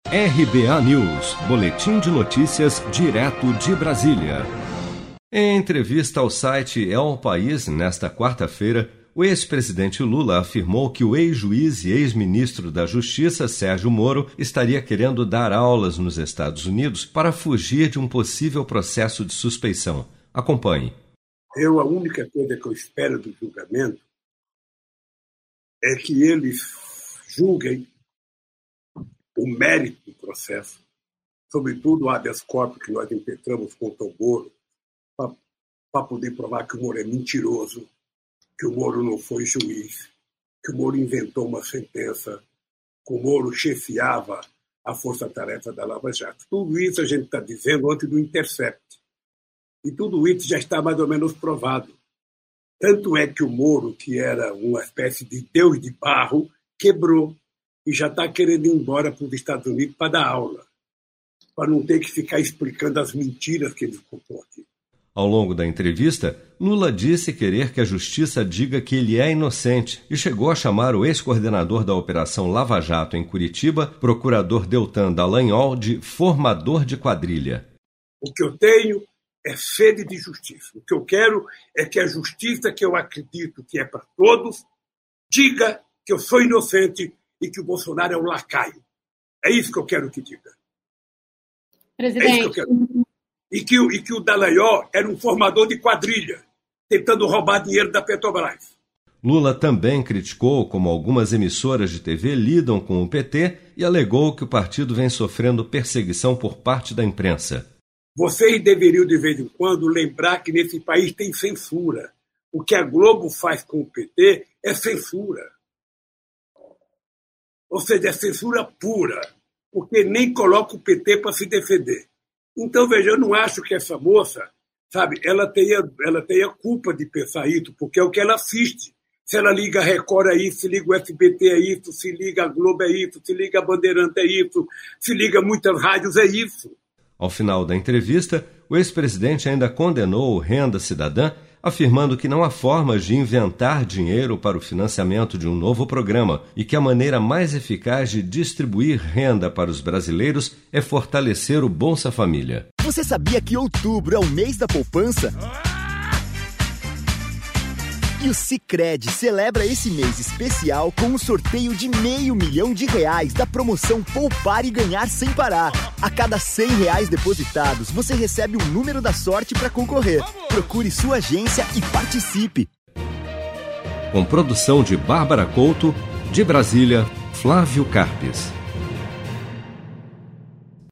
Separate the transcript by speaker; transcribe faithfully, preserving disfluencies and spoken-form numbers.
Speaker 1: R B A News, boletim de notícias direto de Brasília. Em entrevista ao site É o País, nesta quarta-feira, o ex-presidente Lula afirmou que o ex-juiz e ex-ministro da Justiça, Sérgio Moro, estaria querendo dar aulas nos Estados Unidos para fugir de um possível processo de suspeição. Acompanhe.
Speaker 2: Eu, a única coisa que eu espero do julgamento é que eles julguem o mérito do processo, sobretudo o habeas corpus que nós impetramos contra o Moro, para poder provar que o Moro é mentiroso, que o Moro não foi juiz, que o Moro inventou uma sentença, que o Moro chefiava a força-tarefa da Lava Jato. Tudo isso a gente está dizendo antes do Intercept. E tudo isso já está mais ou menos provado. Tanto é que o Moro, que era uma espécie de deus de barro, quebrou e já está querendo ir embora para os Estados Unidos para dar aula, para não ter que ficar explicando as mentiras que ele contou aqui.
Speaker 1: Ao longo da entrevista, Lula disse querer que a justiça diga que ele é inocente e chegou a chamar o ex-coordenador da Operação Lava Jato em Curitiba, procurador Deltan Dallagnol, de formador de quadrilha.
Speaker 2: O que eu tenho é sede de justiça. O que eu quero é que a justiça, que eu acredito que é para todos, diga que eu sou inocente e que o Bolsonaro é um lacaio. É isso que eu quero que diga.
Speaker 3: Presidente.
Speaker 2: É isso que eu quero. E que, e que o Dallagnol era um formador de quadrilha, tentando roubar dinheiro da Petrobras.
Speaker 1: Lula também criticou como algumas emissoras de T V lidam com o P T e alegou que o partido vem sofrendo perseguição por parte da imprensa.
Speaker 2: Vocês deveriam, de vez em quando, lembrar que nesse país tem censura. O que a Globo faz com o P T é censura. Ou seja, é censura pura, porque nem coloca o P T para se defender. Então, veja, eu não acho que essa moça, sabe, ela tenha, ela tenha culpa de pensar isso, porque é o que ela assiste. Se ela liga a Record é isso, se liga o S B T é isso, se liga a Globo é isso, se liga a Bandeirante é isso, se liga muitas rádios é isso.
Speaker 1: Ao final da entrevista, o ex-presidente ainda condenou o Renda Cidadã, afirmando que não há formas de inventar dinheiro para o financiamento de um novo programa e que a maneira mais eficaz de distribuir renda para os brasileiros é fortalecer o Bolsa Família.
Speaker 4: Você sabia que outubro é o mês da poupança? E o Sicredi celebra esse mês especial com um sorteio de meio milhão de reais da promoção Poupar e Ganhar Sem Parar. A cada cem reais depositados, você recebe um número da sorte para concorrer. Procure sua agência e participe.
Speaker 1: Com produção de Bárbara Couto, de Brasília, Flávio Carpes.